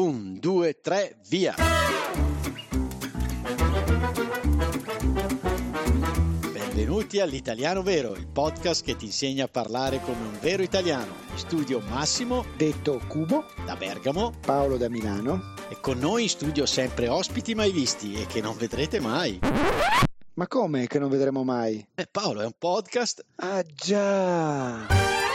1, 2, 3, via! Benvenuti all'Italiano Vero, il podcast che ti insegna a parlare come un vero italiano. In studio Massimo, detto Cubo, da Bergamo, Paolo da Milano. E con noi in studio sempre ospiti mai visti e che non vedrete mai. Ma come che non vedremo mai? Paolo, è un podcast. Ah già!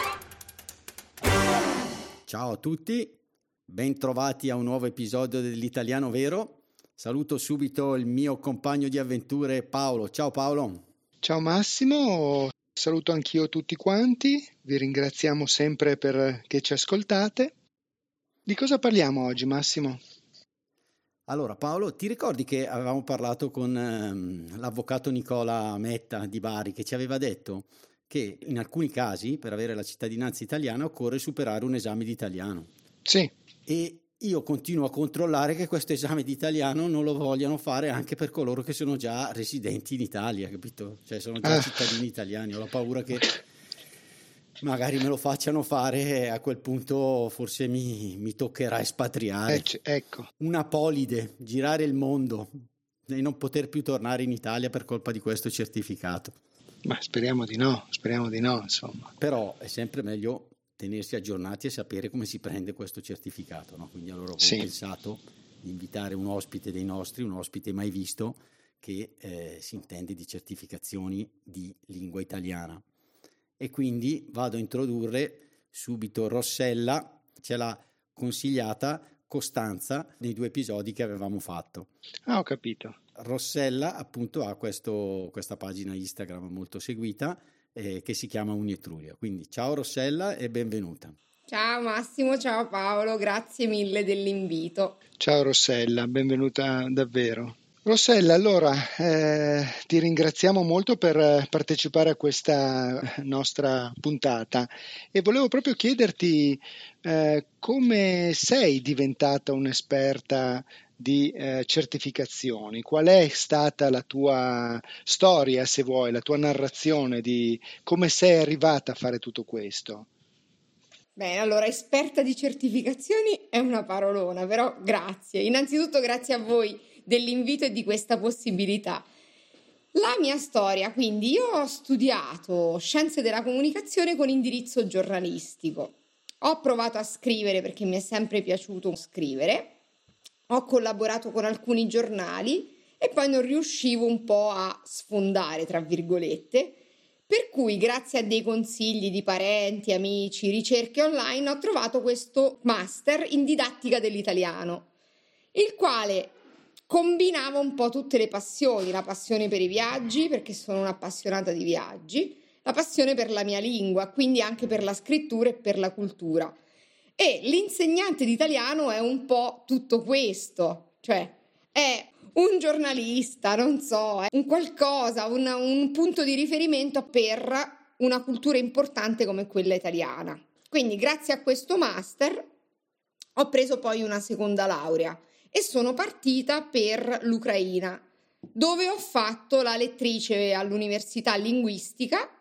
Ciao a tutti, ben trovati a un nuovo episodio dell'Italiano Vero. Saluto subito il mio compagno di avventure Paolo. Ciao Paolo. Ciao Massimo, saluto anch'io tutti quanti, vi ringraziamo sempre che ci ascoltate. Di cosa parliamo oggi, Massimo? Allora Paolo, ti ricordi che avevamo parlato con l'avvocato Nicola Metta di Bari, che ci aveva detto che in alcuni casi per avere la cittadinanza italiana occorre superare un esame di italiano? Sì. E io continuo a controllare che questo esame di italiano non lo vogliano fare anche per coloro che sono già residenti in Italia, capito? Cioè sono già cittadini italiani. Ho la paura che magari me lo facciano fare e a quel punto forse mi toccherà espatriare. Ecco. Una polide, girare il mondo e non poter più tornare in Italia per colpa di questo certificato. Ma speriamo di no, insomma. Però è sempre meglio tenersi aggiornati e sapere come si prende questo certificato, no? Quindi allora ho pensato di invitare un ospite dei nostri, un ospite mai visto, che si intende di certificazioni di lingua italiana. E quindi vado a introdurre subito Rossella, ce l'ha consigliata Costanza nei 2 episodi che avevamo fatto. Ah, ho capito. Rossella appunto ha questa pagina Instagram molto seguita che si chiama Unietruria. Quindi ciao Rossella e benvenuta. Ciao Massimo, ciao Paolo, grazie mille dell'invito. Ciao Rossella, benvenuta davvero. Rossella, allora ti ringraziamo molto per partecipare a questa nostra puntata e volevo proprio chiederti come sei diventata un'esperta di certificazioni, qual è stata la tua storia, se vuoi, la tua narrazione di come sei arrivata a fare tutto questo? Bene, allora esperta di certificazioni è una parolona, però grazie. Innanzitutto grazie a voi dell'invito e di questa possibilità. La mia storia, quindi io ho studiato scienze della comunicazione con indirizzo giornalistico. Ho provato a scrivere perché mi è sempre piaciuto scrivere. Ho collaborato con alcuni giornali e poi non riuscivo un po' a sfondare, tra virgolette, per cui grazie a dei consigli di parenti, amici, ricerche online ho trovato questo master in didattica dell'italiano, il quale combinava un po' tutte le passioni, la passione per i viaggi, perché sono un'appassionata di viaggi, la passione per la mia lingua, quindi anche per la scrittura e per la cultura. E l'insegnante di italiano è un po' tutto questo, cioè è un giornalista, non so, è un qualcosa, un punto di riferimento per una cultura importante come quella italiana. Quindi grazie a questo master ho preso poi una seconda laurea e sono partita per l'Ucraina, dove ho fatto la lettrice all'università linguistica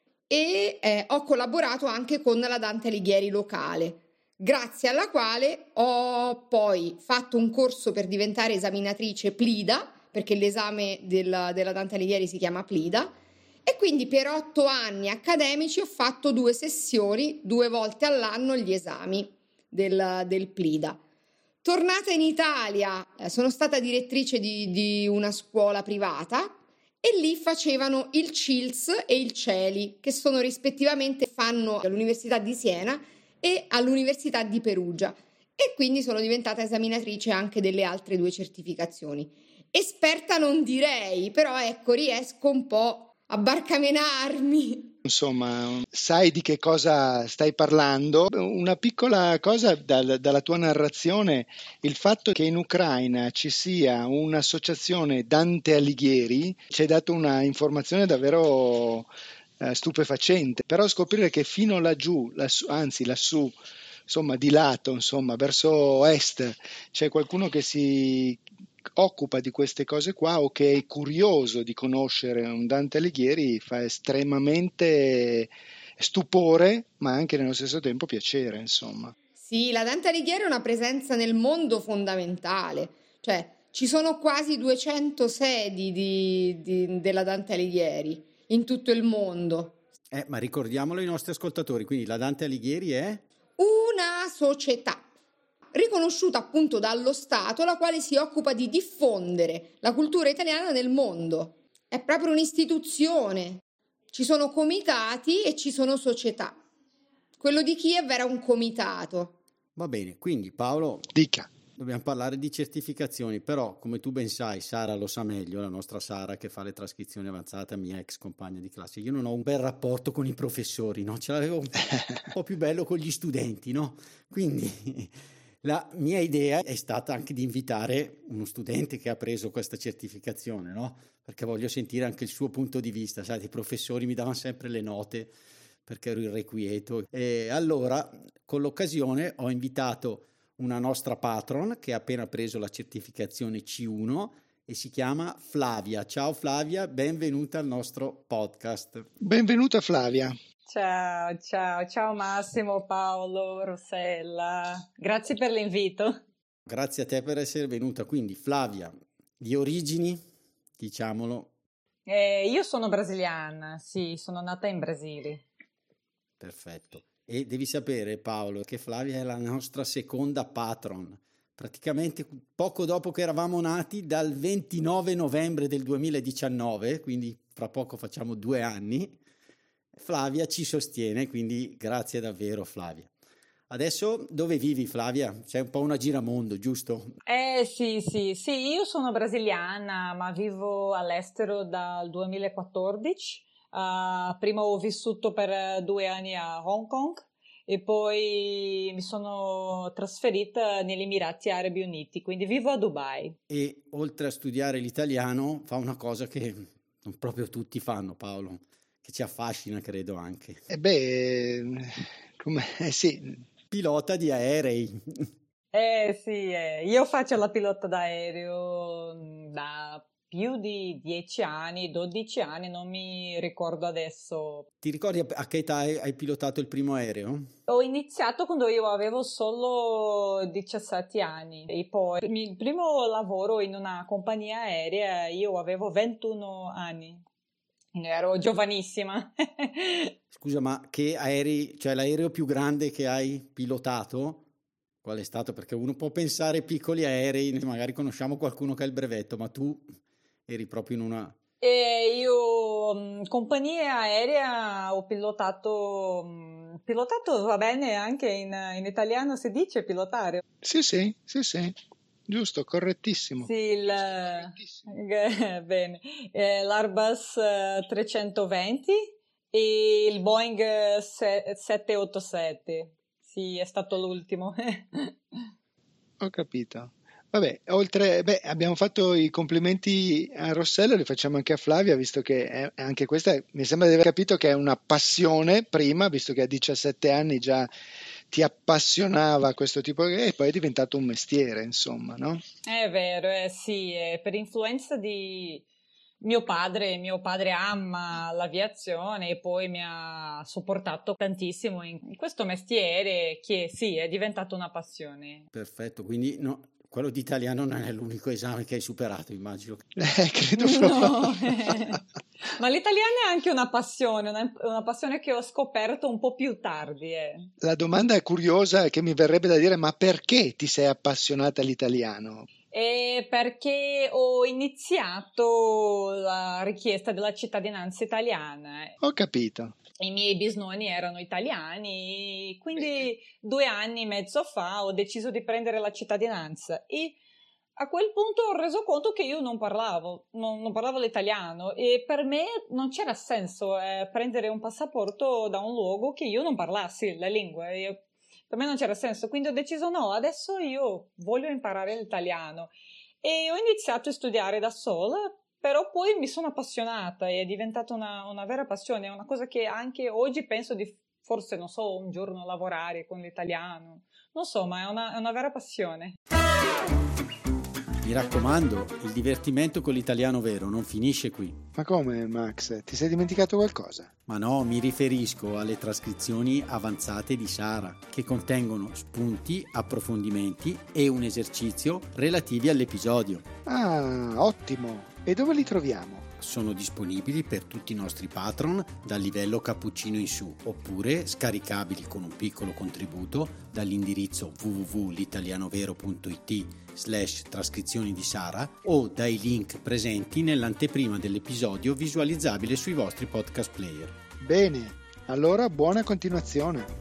e ho collaborato anche con la Dante Alighieri locale, grazie alla quale ho poi fatto un corso per diventare esaminatrice PLIDA, perché l'esame della Dante Alighieri si chiama PLIDA, e quindi per 8 anni accademici ho fatto 2 sessioni, 2 volte all'anno gli esami del PLIDA. Tornata in Italia, sono stata direttrice di una scuola privata e lì facevano il CILS e il CELI, che sono rispettivamente fanno all'Università di Siena e all'Università di Perugia, e quindi sono diventata esaminatrice anche delle altre 2 certificazioni. Esperta non direi, però ecco, riesco un po' a barcamenarmi. Insomma, sai di che cosa stai parlando. Una piccola cosa dalla tua narrazione, il fatto che in Ucraina ci sia un'associazione Dante Alighieri ci hai dato una informazione davvero stupefacente, però scoprire che fino laggiù, anzi lassù, insomma di lato, insomma verso est, c'è qualcuno che si occupa di queste cose qua o che è curioso di conoscere un Dante Alighieri fa estremamente stupore, ma anche nello stesso tempo piacere, insomma. Sì, la Dante Alighieri è una presenza nel mondo fondamentale, cioè ci sono quasi 200 sedi della Dante Alighieri in tutto il mondo. Ma ricordiamolo ai nostri ascoltatori, quindi la Dante Alighieri è una società riconosciuta appunto dallo Stato, la quale si occupa di diffondere la cultura italiana nel mondo. È proprio un'istituzione. Ci sono comitati e ci sono società. Quello di Kiev era un comitato. Va bene, quindi Paolo, dica. Dobbiamo parlare di certificazioni, però come tu ben sai, Sara lo sa meglio, la nostra Sara che fa le trascrizioni avanzate, mia ex compagna di classe, io non ho un bel rapporto con i professori, no? Ce l'avevo un po' più bello con gli studenti, no? Quindi la mia idea è stata anche di invitare uno studente che ha preso questa certificazione, no? Perché voglio sentire anche il suo punto di vista, sai, i professori mi davano sempre le note perché ero irrequieto. E allora, con l'occasione, ho invitato una nostra patron che ha appena preso la certificazione C1 e si chiama Flavia. Ciao Flavia, benvenuta al nostro podcast. Benvenuta Flavia. Ciao Massimo, Paolo, Rossella, grazie per l'invito. Grazie a te per essere venuta. Quindi Flavia, di origini, diciamolo. Io sono brasiliana, sì, sono nata in Brasile. Perfetto. E devi sapere, Paolo, che Flavia è la nostra seconda patron. Praticamente poco dopo che eravamo nati, dal 29 novembre del 2019, quindi fra poco facciamo 2 anni, Flavia ci sostiene, quindi grazie davvero Flavia. Adesso dove vivi Flavia? Sei un po' una giramondo, giusto? Sì, io sono brasiliana, ma vivo all'estero dal 2014. Prima ho vissuto per 2 anni a Hong Kong e poi mi sono trasferita negli Emirati Arabi Uniti, quindi vivo a Dubai. E oltre a studiare l'italiano fa una cosa che non proprio tutti fanno, Paolo, che ci affascina credo anche. Sì. Pilota di aerei. Sì, io faccio la pilota d'aereo da più di 10 anni, 12 anni, non mi ricordo adesso. Ti ricordi a che età hai pilotato il primo aereo? Ho iniziato quando io avevo solo 17 anni e poi il primo lavoro in una compagnia aerea io avevo 21 anni. Ero giovanissima. Scusa, ma che aerei, cioè l'aereo più grande che hai pilotato? Qual è stato? Perché uno può pensare piccoli aerei, magari conosciamo qualcuno che ha il brevetto, ma tu eri proprio in una... Io compagnia aerea ho pilotato, va bene anche in italiano si dice pilotare? Sì, giusto, correttissimo. Sì, bene. L'Airbus 320 e il Boeing 787. Sì, è stato l'ultimo. Ho capito. Vabbè, abbiamo fatto i complimenti a Rossella, li facciamo anche a Flavia, visto che anche questa, mi sembra di aver capito che è una passione prima, visto che a 17 anni già ti appassionava questo tipo e poi è diventato un mestiere, insomma, no? È vero, sì, per influenza di mio padre ama l'aviazione e poi mi ha supportato tantissimo in questo mestiere che sì, è diventato una passione. Perfetto, quindi no, quello di italiano non è l'unico esame che hai superato, immagino. Credo no. Ma l'italiano è anche una passione che ho scoperto un po' più tardi. La domanda è curiosa che mi verrebbe da dire, ma perché ti sei appassionata all'italiano? Perché ho iniziato la richiesta della cittadinanza italiana. Ho capito. I miei bisnonni erano italiani, quindi 2 anni e mezzo fa ho deciso di prendere la cittadinanza e a quel punto ho reso conto che io non parlavo l'italiano e per me non c'era senso prendere un passaporto da un luogo che io non parlassi la lingua. Per me non c'era senso, quindi ho deciso no, adesso io voglio imparare l'italiano e ho iniziato a studiare da sola, però poi mi sono appassionata e è diventata una vera passione, è una cosa che anche oggi penso di forse, non so, un giorno lavorare con l'italiano, non so, ma è una vera passione. Mi raccomando, il divertimento con l'italiano vero non finisce qui. Ma come, Max? Ti sei dimenticato qualcosa? Ma no, mi riferisco alle trascrizioni avanzate di Sara, che contengono spunti, approfondimenti e un esercizio relativi all'episodio. Ah, ottimo! E dove li troviamo? Sono disponibili per tutti i nostri patron dal livello cappuccino in su, oppure scaricabili con un piccolo contributo dall'indirizzo www.l'italianovero.it/trascrizioni di Sara o dai link presenti nell'anteprima dell'episodio visualizzabile sui vostri podcast player. Bene, allora buona continuazione.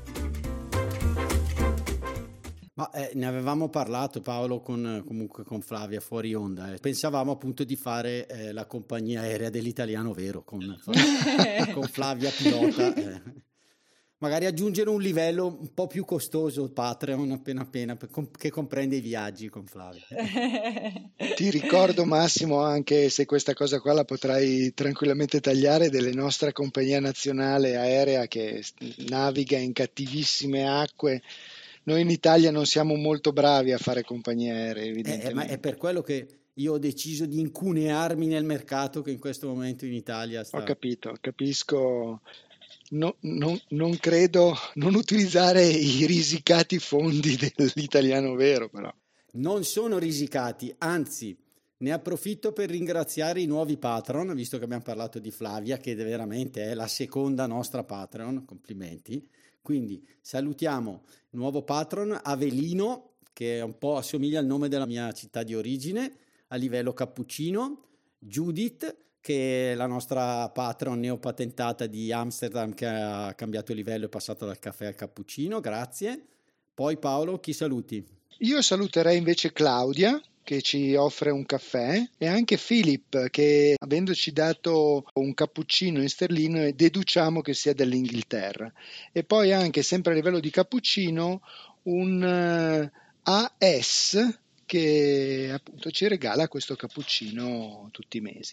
Ma ne avevamo parlato, Paolo, con Flavia fuori onda. Pensavamo appunto di fare la compagnia aerea dell'italiano vero con Flavia pilota. Magari aggiungere un livello un po' più costoso, Patreon, appena che comprende i viaggi con Flavia. Ti ricordo, Massimo, anche se questa cosa qua la potrai tranquillamente tagliare, della nostra compagnia nazionale aerea che naviga in cattivissime acque. Noi in Italia non siamo molto bravi a fare compagnie aeree, evidentemente. Ma è per quello che io ho deciso di incunearmi nel mercato che in questo momento in Italia sta... Ho capito, capisco. Non credo, non utilizzare i risicati fondi dell'italiano vero, però. Non sono risicati, anzi, ne approfitto per ringraziare i nuovi patron, visto che abbiamo parlato di Flavia, che veramente è la seconda nostra patron, complimenti. Quindi salutiamo il nuovo patron Avelino, che un po' assomiglia al nome della mia città di origine, a livello cappuccino, Judith, che è la nostra patron neopatentata di Amsterdam, che ha cambiato livello e è passata dal caffè al cappuccino, grazie. Poi Paolo, chi saluti? Io saluterei invece Claudia, che ci offre un caffè, e anche Philip, che avendoci dato un cappuccino in sterlino deduciamo che sia dell'Inghilterra, e poi anche sempre a livello di cappuccino un AS che appunto ci regala questo cappuccino tutti i mesi.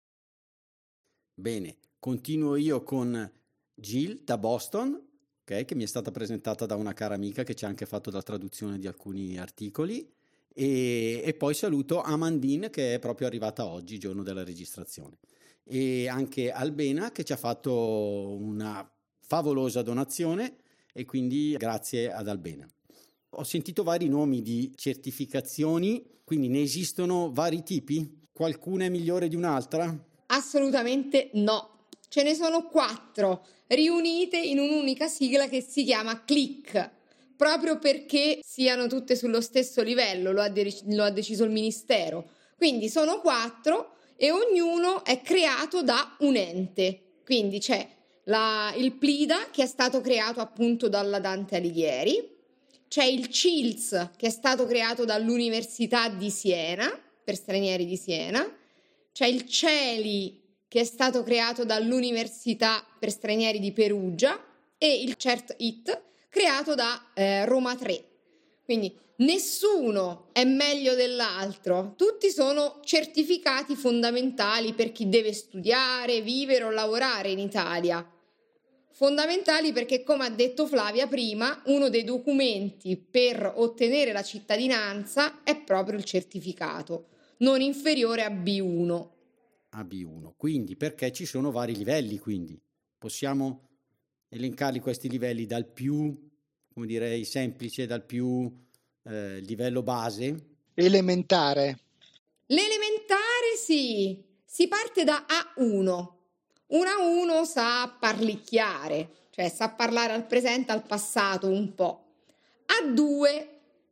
Bene, continuo io con Jill da Boston, okay, che mi è stata presentata da una cara amica che ci ha anche fatto la traduzione di alcuni articoli. E poi saluto Amandine, che è proprio arrivata oggi, giorno della registrazione, e anche Albena, che ci ha fatto una favolosa donazione, e quindi grazie ad Albena. Ho sentito vari nomi di certificazioni, quindi ne esistono vari tipi? Qualcuna è migliore di un'altra? Assolutamente no, ce ne sono 4 riunite in un'unica sigla che si chiama CLIC, proprio perché siano tutte sullo stesso livello, lo ha deciso il Ministero. Quindi sono 4 e ognuno è creato da un ente. Quindi c'è il PLIDA, che è stato creato appunto dalla Dante Alighieri, c'è il CILS, che è stato creato dall'Università di Siena, per stranieri di Siena, c'è il CELI, che è stato creato dall'Università per stranieri di Perugia, e il CERT-IT, creato da Roma 3. Quindi nessuno è meglio dell'altro, tutti sono certificati fondamentali per chi deve studiare, vivere o lavorare in Italia. Fondamentali perché, come ha detto Flavia prima, uno dei documenti per ottenere la cittadinanza è proprio il certificato, non inferiore a B1. A B1, quindi perché ci sono vari livelli, quindi possiamo elencarli questi livelli dal più, come direi, semplice, dal più livello base? Elementare. L'elementare sì, si parte da A1. Un A1 sa parlicchiare, cioè sa parlare al presente, al passato un po'. A2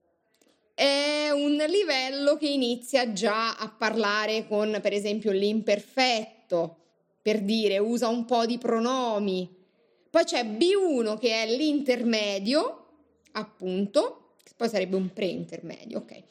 è un livello che inizia già a parlare con, per esempio, l'imperfetto, per dire, usa un po' di pronomi. Poi c'è B1 che è l'intermedio, appunto, poi sarebbe un pre-intermedio, ok.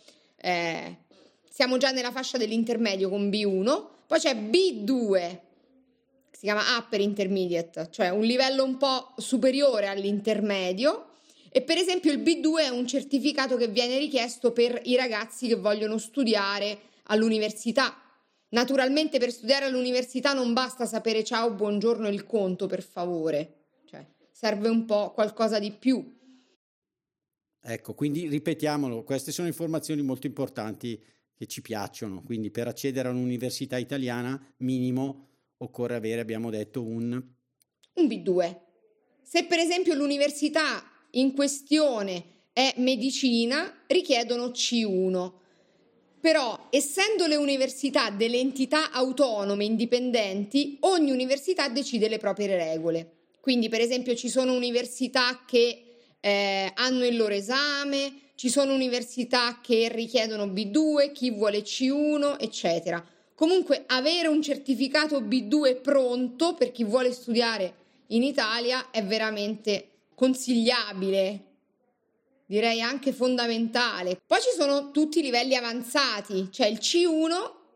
Siamo già nella fascia dell'intermedio con B1. Poi c'è B2, si chiama Upper Intermediate, cioè un livello un po' superiore all'intermedio. E per esempio il B2 è un certificato che viene richiesto per i ragazzi che vogliono studiare all'università. Naturalmente per studiare all'università non basta sapere ciao, buongiorno e il conto, per favore. Cioè, serve un po' qualcosa di più. Ecco, quindi ripetiamolo, queste sono informazioni molto importanti che ci piacciono. Quindi per accedere a un'università italiana minimo occorre avere, abbiamo detto, un B2. Se per esempio l'università in questione è medicina, richiedono C1. Però, essendo le università delle entità autonome indipendenti, ogni università decide le proprie regole. Quindi, per esempio, ci sono università che hanno il loro esame, ci sono università che richiedono B2, chi vuole C1, eccetera. Comunque, avere un certificato B2 pronto per chi vuole studiare in Italia è veramente consigliabile. Direi anche fondamentale. Poi ci sono tutti i livelli avanzati, c'è il C1,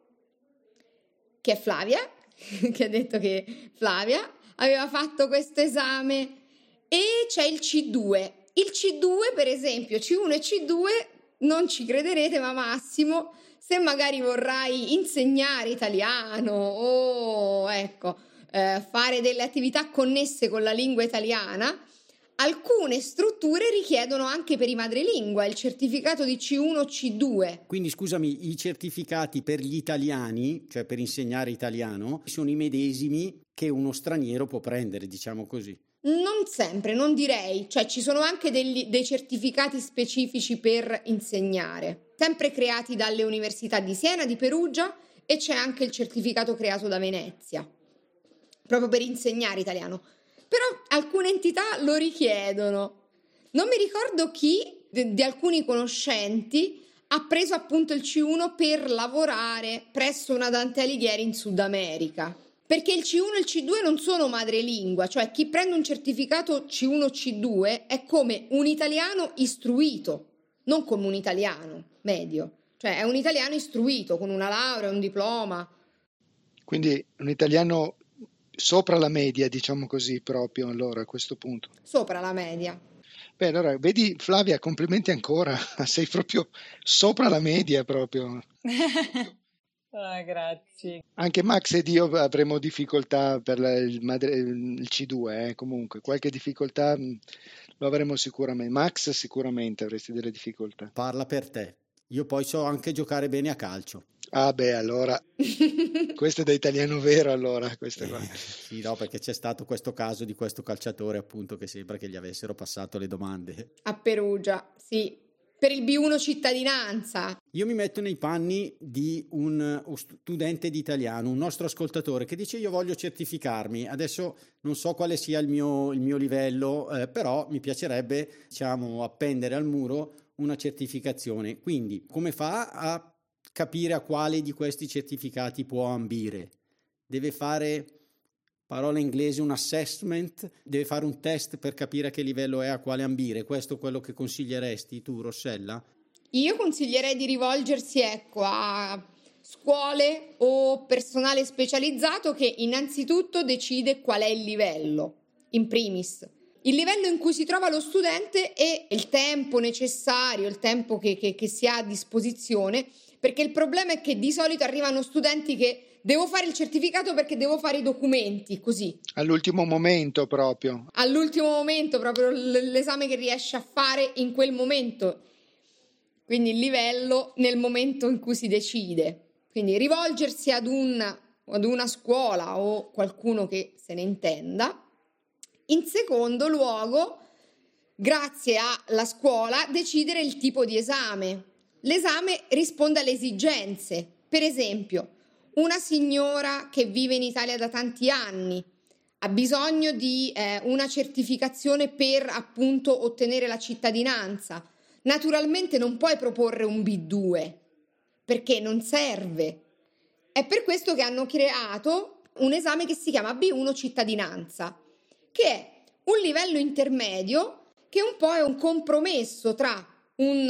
che è Flavia, che ha detto che Flavia aveva fatto questo esame, e c'è il C2. Il C2, per esempio, C1 e C2, non ci crederete, ma Massimo, se magari vorrai insegnare italiano o fare delle attività connesse con la lingua italiana, alcune strutture richiedono anche per i madrelingua il certificato di C1 o C2. Quindi scusami, i certificati per gli italiani, cioè per insegnare italiano, sono i medesimi che uno straniero può prendere, diciamo così. Non sempre, non direi, cioè ci sono anche dei certificati specifici per insegnare, sempre creati dalle università di Siena, di Perugia, e c'è anche il certificato creato da Venezia, proprio per insegnare italiano. Però alcune entità lo richiedono. Non mi ricordo chi di alcuni conoscenti ha preso appunto il C1 per lavorare presso una Dante Alighieri in Sud America. Perché il C1 e il C2 non sono madrelingua, cioè chi prende un certificato C1 C2 è come un italiano istruito, non come un italiano medio. Cioè è un italiano istruito con una laurea, un diploma. Quindi un italiano sopra la media, diciamo così, proprio allora a questo punto. Sopra la media. Beh, allora, vedi Flavia, complimenti ancora, sei proprio sopra la media proprio. Grazie. Anche Max ed io avremo difficoltà per il C2, comunque, qualche difficoltà lo avremo sicuramente. Max sicuramente avresti delle difficoltà. Parla per te. Io poi so anche giocare bene a calcio. Ah beh, allora, questo è da italiano vero allora, questo qua. Sì, no, perché c'è stato questo caso di questo calciatore appunto che sembra che gli avessero passato le domande. A Perugia, sì, per il B1 cittadinanza. Io mi metto nei panni di un studente di italiano, un nostro ascoltatore che dice io voglio certificarmi, adesso non so quale sia il mio livello, però mi piacerebbe, diciamo, appendere al muro una certificazione. Quindi come fa a capire a quale di questi certificati può ambire? Deve fare, parola inglese, un assessment, deve fare un test per capire a che livello è, a quale ambire. Questo è quello che consiglieresti tu, Rossella? Io consiglierei di rivolgersi a scuole o personale specializzato che innanzitutto decide qual è il livello, in primis. Il livello in cui si trova lo studente e il tempo necessario, il tempo che si ha a disposizione, perché il problema è che di solito arrivano studenti che devo fare il certificato perché devo fare i documenti, così. All'ultimo momento proprio. All'ultimo momento, proprio l'esame che riesce a fare in quel momento. Quindi il livello nel momento in cui si decide. Quindi rivolgersi ad una scuola o qualcuno che se ne intenda. In secondo luogo, grazie alla scuola, decidere il tipo di esame. L'esame risponde alle esigenze. Per esempio, una signora che vive in Italia da tanti anni ha bisogno di una certificazione per appunto ottenere la cittadinanza. Naturalmente non puoi proporre un B2 perché non serve. È per questo che hanno creato un esame che si chiama B1 cittadinanza, che è un livello intermedio che un po' è un compromesso tra un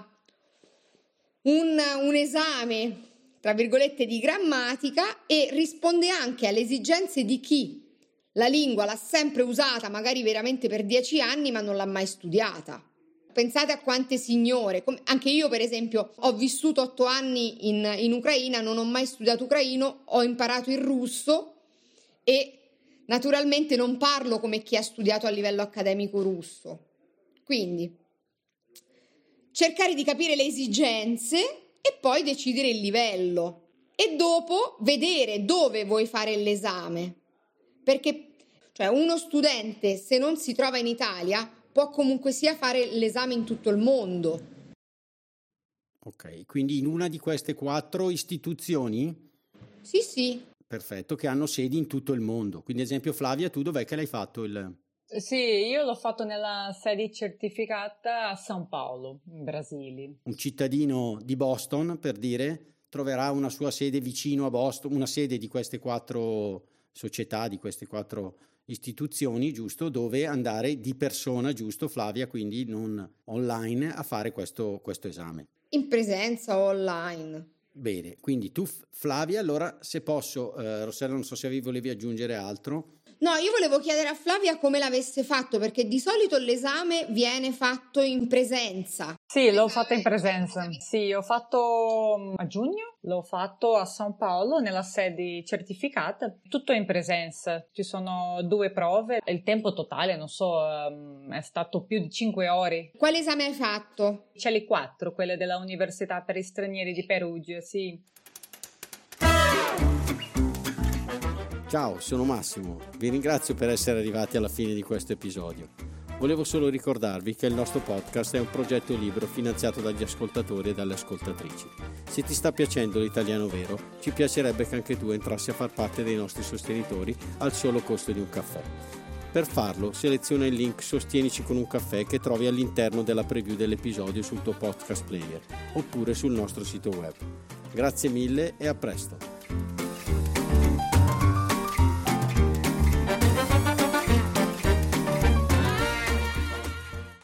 esame, tra virgolette, di grammatica e risponde anche alle esigenze di chi la lingua l'ha sempre usata, magari veramente per 10 anni, ma non l'ha mai studiata. Pensate a quante signore, anche io per esempio ho vissuto 8 anni in Ucraina, non ho mai studiato ucraino, ho imparato il russo e naturalmente non parlo come chi ha studiato a livello accademico russo. Quindi cercare di capire le esigenze e poi decidere il livello e dopo vedere dove vuoi fare l'esame, perché uno studente, se non si trova in Italia, può comunque sia fare l'esame in tutto il mondo. Ok, quindi in una di queste 4 istituzioni? Sì. Perfetto, che hanno sedi in tutto il mondo. Quindi, ad esempio, Flavia, tu dov'è che l'hai fatto il... Sì, io l'ho fatto nella sede certificata a São Paulo, in Brasile. Un cittadino di Boston, per dire, troverà una sua sede vicino a Boston, una sede di queste 4 società, di queste 4 istituzioni, giusto, dove andare di persona, giusto, Flavia, quindi non online, a fare questo esame. In presenza o online. Bene, quindi tu, Flavia, allora se posso, Rossella, non so se volevi aggiungere altro. No, io volevo chiedere a Flavia come l'avesse fatto, perché di solito l'esame viene fatto in presenza. Sì, l'ho fatto in presenza. Sì, ho fatto a giugno, l'ho fatto a São Paulo nella sede certificata, tutto in presenza. Ci sono 2 prove, il tempo totale, non so, è stato più di 5 ore. Quale esame hai fatto? C'è le 4, quelle della Università per gli Stranieri di Perugia, sì. Ciao, sono Massimo, vi ringrazio per essere arrivati alla fine di questo episodio. Volevo solo ricordarvi che il nostro podcast è un progetto libero finanziato dagli ascoltatori e dalle ascoltatrici. Se ti sta piacendo l'italiano vero, ci piacerebbe che anche tu entrassi a far parte dei nostri sostenitori al solo costo di un caffè. Per farlo, seleziona il link Sostienici con un caffè che trovi all'interno della preview dell'episodio sul tuo podcast player oppure sul nostro sito web. Grazie mille e a presto!